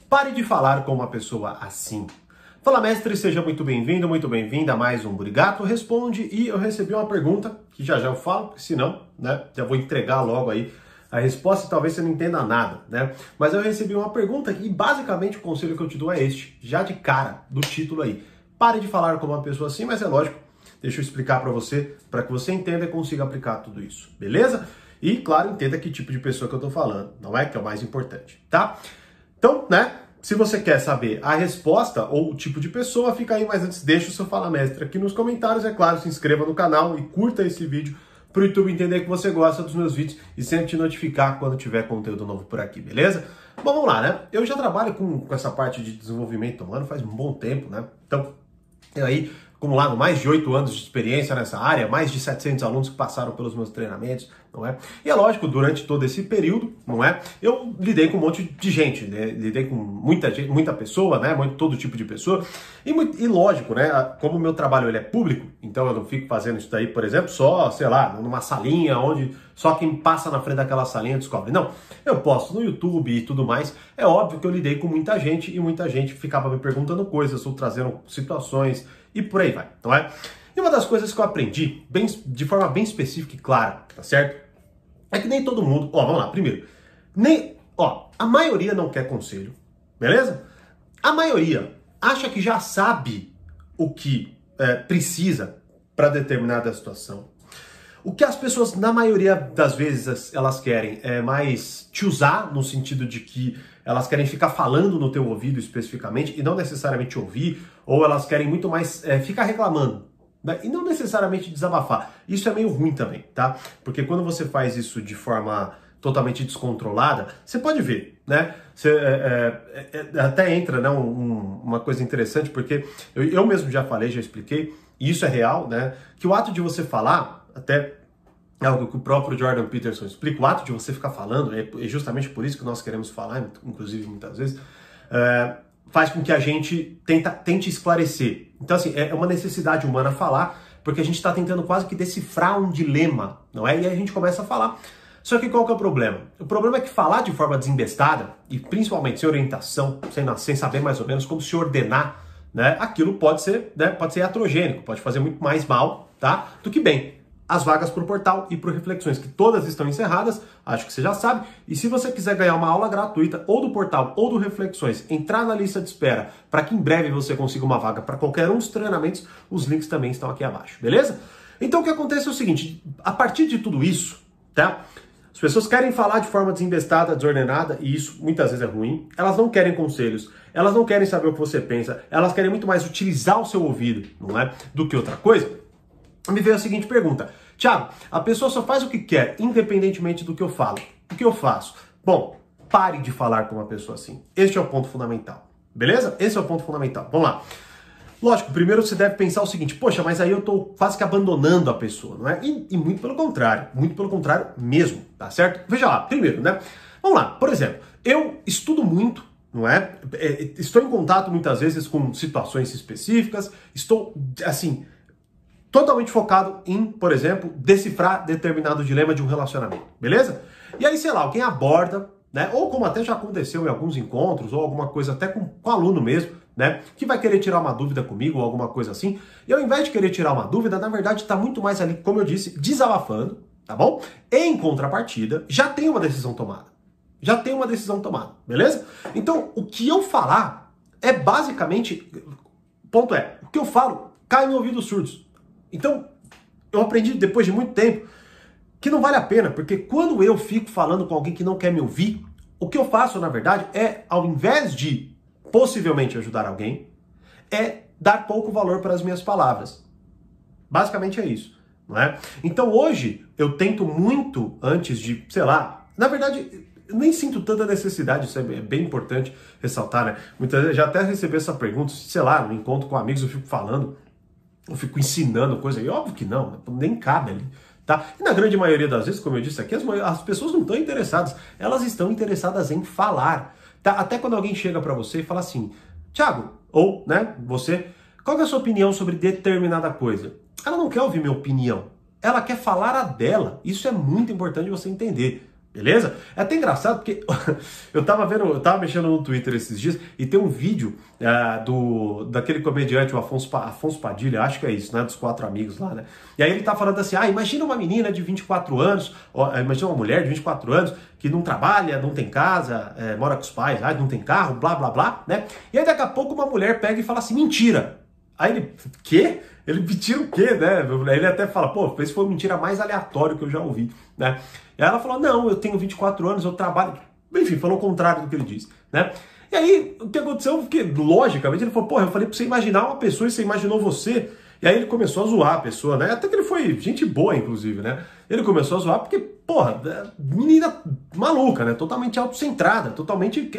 Pare de falar com uma pessoa assim. Fala, mestre, seja muito bem-vindo, muito bem-vinda a mais um Burigato Responde. E eu recebi uma pergunta, que já eu falo, senão, né, já vou entregar logo aí a resposta e talvez você não entenda nada, né? Mas eu recebi uma pergunta e basicamente o conselho que eu te dou é este, já de cara, do título aí. Pare de falar com uma pessoa assim, mas é lógico, deixa eu explicar para que você entenda e consiga aplicar tudo isso, beleza? E, claro, entenda que tipo de pessoa que eu tô falando, não é? Que é o mais importante, tá? Então, né? Se você quer saber a resposta ou o tipo de pessoa, fica aí, mas antes deixa o seu Fala Mestre aqui nos comentários, é claro, se inscreva no canal e curta esse vídeo para o YouTube entender que você gosta dos meus vídeos e sempre te notificar quando tiver conteúdo novo por aqui, beleza? Bom, vamos lá, né? Eu já trabalho com essa parte de desenvolvimento humano faz um bom tempo, né? Então, eu aí acumulado mais de 8 anos de experiência nessa área, mais de 700 alunos que passaram pelos meus treinamentos, não é? E é lógico, durante todo esse período, não é? Eu lidei com um monte de gente, né? Lidei com muita gente, muita pessoa, né? Todo tipo de pessoa. E lógico, né? Como o meu trabalho ele é público, então eu não fico fazendo isso daí, por exemplo, só, sei lá, numa salinha onde só quem passa na frente daquela salinha descobre. Não, eu posto no YouTube e tudo mais. É óbvio que eu lidei com muita gente e muita gente ficava me perguntando coisas ou trazendo situações e por aí vai, não é? E uma das coisas que eu aprendi, de forma bem específica e clara, tá certo? É que nem todo mundo, vamos lá, primeiro, a maioria não quer conselho, beleza? A maioria acha que já sabe o que precisa para determinada situação. O que as pessoas, na maioria das vezes, elas querem é mais te usar, no sentido de que elas querem ficar falando no teu ouvido especificamente e não necessariamente ouvir, ou elas querem muito mais ficar reclamando, né? E não necessariamente desabafar. Isso é meio ruim também, tá? Porque quando você faz isso de forma totalmente descontrolada, você pode ver, né? Você, até entra, né, uma coisa interessante, porque eu mesmo já falei, já expliquei, e isso é real, né? Que o ato de você falar, até é algo que o próprio Jordan Peterson explica, o ato de você ficar falando, é justamente por isso que nós queremos falar, inclusive muitas vezes, faz com que a gente tente esclarecer. Então, assim, é uma necessidade humana falar, porque a gente está tentando quase que decifrar um dilema, não é? E aí a gente começa a falar. Só que qual que é o problema? O problema é que falar de forma desembestada, e principalmente sem orientação, sem saber mais ou menos como se ordenar, né? Aquilo pode ser, né, pode ser iatrogênico, pode fazer muito mais mal, tá? Do que bem. As vagas para o portal e para o Reflexões, que todas estão encerradas, acho que você já sabe. E se você quiser ganhar uma aula gratuita, ou do portal ou do Reflexões, entrar na lista de espera para que em breve você consiga uma vaga para qualquer um dos treinamentos, os links também estão aqui abaixo, beleza? Então o que acontece é o seguinte, a partir de tudo isso, tá? As pessoas querem falar de forma desembestada, desordenada, e isso muitas vezes é ruim. Elas não querem conselhos, elas não querem saber o que você pensa, elas querem muito mais utilizar o seu ouvido, não é? Do que outra coisa. Me veio a seguinte pergunta: Thiago, a pessoa só faz o que quer, independentemente do que eu falo. O que eu faço? Bom, pare de falar com uma pessoa assim. Este é o ponto fundamental. Beleza? Esse é o ponto fundamental. Vamos lá. Lógico, primeiro você deve pensar o seguinte: poxa, mas aí eu tô quase que abandonando a pessoa, não é? E muito pelo contrário mesmo, tá certo? Veja lá, primeiro, né? Vamos lá, por exemplo, eu estudo muito, não é? Estou em contato muitas vezes com situações específicas, estou, assim, totalmente focado em, por exemplo, decifrar determinado dilema de um relacionamento, beleza? E aí, sei lá, alguém aborda, né? Ou como até já aconteceu em alguns encontros, ou alguma coisa até com aluno mesmo, né? Que vai querer tirar uma dúvida comigo, ou alguma coisa assim. E ao invés de querer tirar uma dúvida, na verdade está muito mais ali, como eu disse, desabafando, tá bom? E em contrapartida, já tem uma decisão tomada. Beleza? Então, o que eu falar é basicamente, ponto é, o que eu falo cai em ouvidos surdos. Então, eu aprendi depois de muito tempo que não vale a pena, porque quando eu fico falando com alguém que não quer me ouvir, o que eu faço, na verdade, é, ao invés de possivelmente ajudar alguém, é dar pouco valor para as minhas palavras. Basicamente é isso, não é? Então, hoje, eu tento muito, antes de, sei lá, na verdade, eu nem sinto tanta necessidade, isso é bem importante ressaltar, né? Muitas vezes, já até recebi essa pergunta, sei lá, no encontro com amigos eu fico falando, eu fico ensinando coisa, e óbvio que não, nem cabe ali, tá? E na grande maioria das vezes, como eu disse aqui, as pessoas não estão interessadas, elas estão interessadas em falar, tá? Até quando alguém chega pra você e fala assim: Thiago, ou, né, você, qual que é a sua opinião sobre determinada coisa? Ela não quer ouvir minha opinião, ela quer falar a dela, isso é muito importante você entender, Beleza? É até engraçado porque eu tava mexendo no Twitter esses dias e tem um vídeo daquele comediante, o Afonso Padilha, acho que é isso, né? Dos 4 amigos lá, né? E aí ele tá falando assim, imagina uma menina de 24 anos, imagina uma mulher de 24 anos que não trabalha, não tem casa, mora com os pais, não tem carro, blá, blá, blá, né? E aí daqui a pouco uma mulher pega e fala assim, mentira! Aí ele, quê? Ele mentira o quê, né? Ele até fala, pô, esse foi a mentira mais aleatória que eu já ouvi, né? E aí ela falou, não, eu tenho 24 anos, eu trabalho... Enfim, falou o contrário do que ele disse, né? E aí, o que aconteceu? Porque, logicamente, ele falou, porra, eu falei pra você imaginar uma pessoa e você imaginou você. E aí ele começou a zoar a pessoa, né? Até que ele foi gente boa, inclusive, né? Ele começou a zoar porque, porra, menina maluca, né? Totalmente autocentrada, totalmente...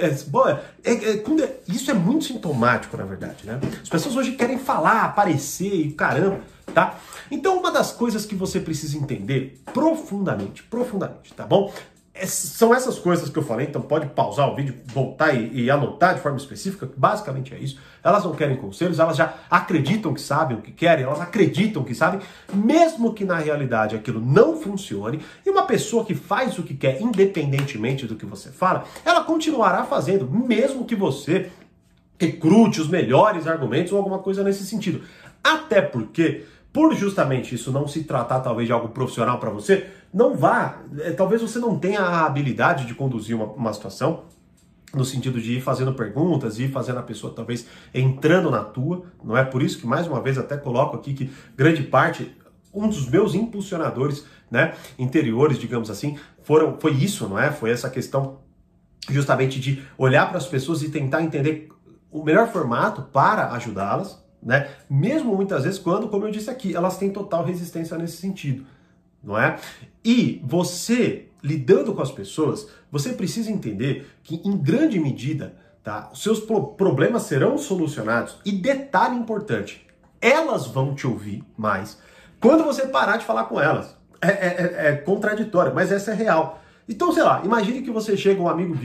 Isso é muito sintomático, na verdade, né? As pessoas hoje querem falar, aparecer e caramba, tá? Então, uma das coisas que você precisa entender profundamente, tá bom? São essas coisas que eu falei, então pode pausar o vídeo, voltar e anotar de forma específica, basicamente é isso. Elas não querem conselhos, elas já acreditam que sabem o que querem, elas acreditam que sabem, mesmo que na realidade aquilo não funcione, e uma pessoa que faz o que quer, independentemente do que você fala, ela continuará fazendo, mesmo que você recrute os melhores argumentos ou alguma coisa nesse sentido. Até porque, por justamente isso não se tratar talvez de algo profissional para você, talvez você não tenha a habilidade de conduzir uma situação, no sentido de ir fazendo perguntas, ir fazendo a pessoa talvez entrando na tua, não é? Por isso que mais uma vez até coloco aqui que grande parte, um dos meus impulsionadores, né, interiores, digamos assim, foi isso, não é? Foi essa questão justamente de olhar para as pessoas e tentar entender o melhor formato para ajudá-las, né? Mesmo muitas vezes quando, como eu disse aqui, elas têm total resistência nesse sentido, não é? E você, lidando com as pessoas, você precisa entender que, em grande medida, tá, os seus problemas serão solucionados. E detalhe importante, elas vão te ouvir mais quando você parar de falar com elas. É contraditório, mas essa é real. Então, sei lá, imagine que você chega um amigo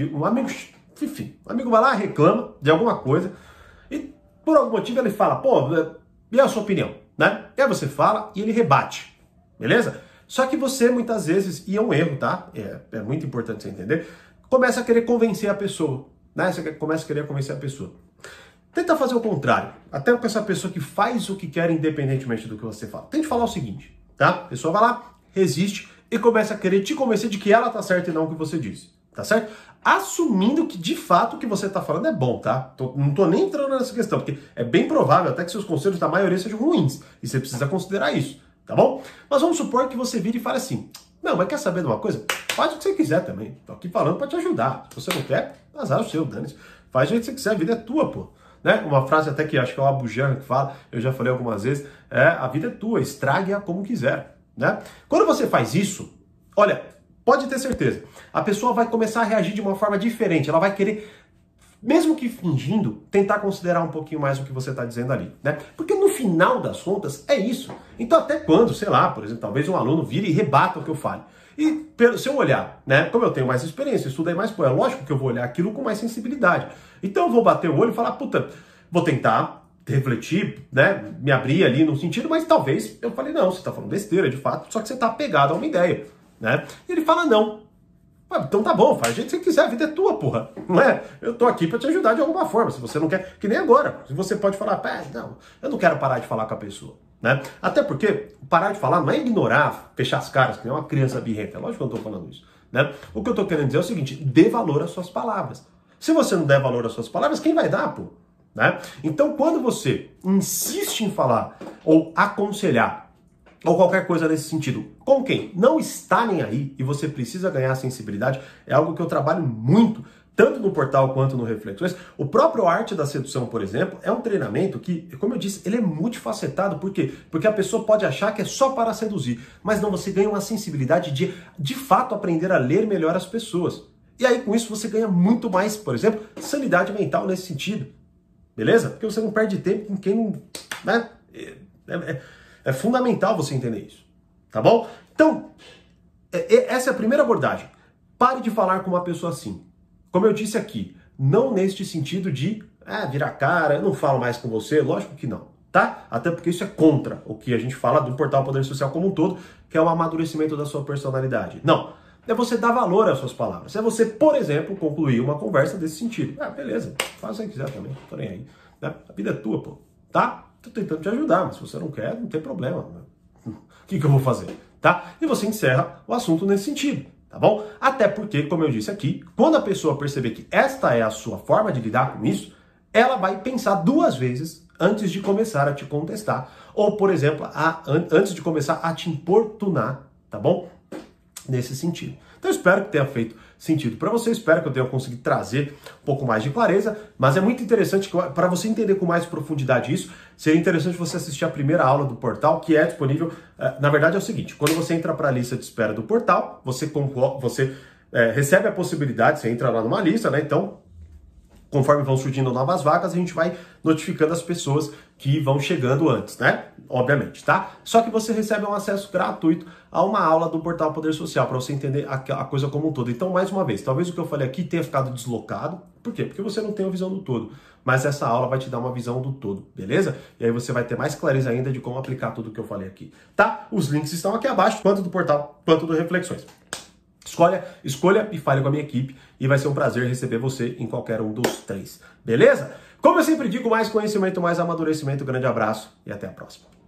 vai lá, reclama de alguma coisa e por algum motivo ele fala, pô, e a sua opinião, né? E aí você fala e ele rebate, beleza? Só que você, muitas vezes, e é um erro, tá? É muito importante você entender, começa a querer convencer a pessoa, né? Você começa a querer convencer a pessoa. Tenta fazer o contrário, até com essa pessoa que faz o que quer independentemente do que você fala. Tente falar o seguinte, tá? A pessoa vai lá, resiste e começa a querer te convencer de que ela tá certa e não o que você disse, tá certo? Assumindo que, de fato, o que você tá falando é bom, tá? Não tô nem entrando nessa questão, porque é bem provável até que seus conselhos da maioria sejam ruins, e você precisa considerar isso, tá bom? Mas vamos supor que você vire e fale assim, não, mas quer saber de uma coisa? Faz o que você quiser também, tô aqui falando pra te ajudar. Se você não quer, azar o seu, dane-se. Faz o jeito que você quiser, a vida é tua, pô. Né? Uma frase até que acho que é o Abu Janra que fala, eu já falei algumas vezes, a vida é tua, estrague-a como quiser, né? Quando você faz isso, olha, pode ter certeza, a pessoa vai começar a reagir de uma forma diferente, ela vai querer, mesmo que fingindo, tentar considerar um pouquinho mais o que você está dizendo ali, né? Porque no final das contas é isso. Então até quando, sei lá, por exemplo, talvez um aluno vire e rebata o que eu fale. E pelo seu olhar, né? Como eu tenho mais experiência, estudei mais, pô, é lógico que eu vou olhar aquilo com mais sensibilidade. Então eu vou bater o olho e falar, puta, vou tentar refletir, né? Me abrir ali no sentido, mas talvez eu falei, não, você está falando besteira, de fato, só que você está apegado a uma ideia, né? E ele fala, não. Então tá bom, faz do jeito que você quiser, a vida é tua, porra. Não é? Eu tô aqui pra te ajudar de alguma forma. Se você não quer, que nem agora. Se você pode falar, não, eu não quero parar de falar com a pessoa, né? Até porque parar de falar não é ignorar, fechar as caras, que nem uma criança birrenta. É lógico que eu não tô falando isso, né? O que eu tô querendo dizer é o seguinte, dê valor às suas palavras. Se você não der valor às suas palavras, quem vai dar, pô? Né? Então quando você insiste em falar ou aconselhar ou qualquer coisa nesse sentido, com quem não está nem aí e você precisa ganhar sensibilidade, é algo que eu trabalho muito, tanto no portal quanto no Reflexões. O próprio Arte da Sedução, por exemplo, é um treinamento que, como eu disse, ele é multifacetado. Por quê? Porque a pessoa pode achar que é só para seduzir, mas não, você ganha uma sensibilidade de fato aprender a ler melhor as pessoas. E aí com isso você ganha muito mais, por exemplo, sanidade mental nesse sentido. Beleza? Porque você não perde tempo com quem não... Né? É fundamental você entender isso, tá bom? Então, essa é a primeira abordagem. Pare de falar com uma pessoa assim. Como eu disse aqui, não neste sentido de virar cara, eu não falo mais com você, lógico que não, tá? Até porque isso é contra o que a gente fala do portal Poder Social como um todo, que é o amadurecimento da sua personalidade. Não, é você dar valor às suas palavras. É você, por exemplo, concluir uma conversa desse sentido. Ah, beleza, faz o que quiser também, não tô nem aí. Né? A vida é tua, pô, tá? Tô tentando te ajudar, mas se você não quer, não tem problema. Né? O que eu vou fazer? Tá? E você encerra o assunto nesse sentido, tá bom? Até porque, como eu disse aqui, quando a pessoa perceber que esta é a sua forma de lidar com isso, ela vai pensar 2 vezes antes de começar a te contestar. Ou, por exemplo, antes de começar a te importunar, tá bom? Nesse sentido. Então eu espero que tenha feito sentido para você, espero que eu tenha conseguido trazer um pouco mais de clareza, mas é muito interessante que para você entender com mais profundidade isso, seria interessante você assistir a primeira aula do portal, que é disponível, na verdade é o seguinte, quando você entra para a lista de espera do portal, você recebe a possibilidade, você entra lá numa lista, né, então conforme vão surgindo novas vagas, a gente vai notificando as pessoas que vão chegando antes, né? Obviamente, tá? Só que você recebe um acesso gratuito a uma aula do Portal Poder Social, para você entender a coisa como um todo. Então, mais uma vez, talvez o que eu falei aqui tenha ficado deslocado. Por quê? Porque você não tem a visão do todo. Mas essa aula vai te dar uma visão do todo, beleza? E aí você vai ter mais clareza ainda de como aplicar tudo o que eu falei aqui, tá? Os links estão aqui abaixo, tanto do portal quanto do Reflexões. Escolha e fale com a minha equipe e vai ser um prazer receber você em qualquer um dos 3, beleza? Como eu sempre digo, mais conhecimento, mais amadurecimento. Grande abraço e até a próxima.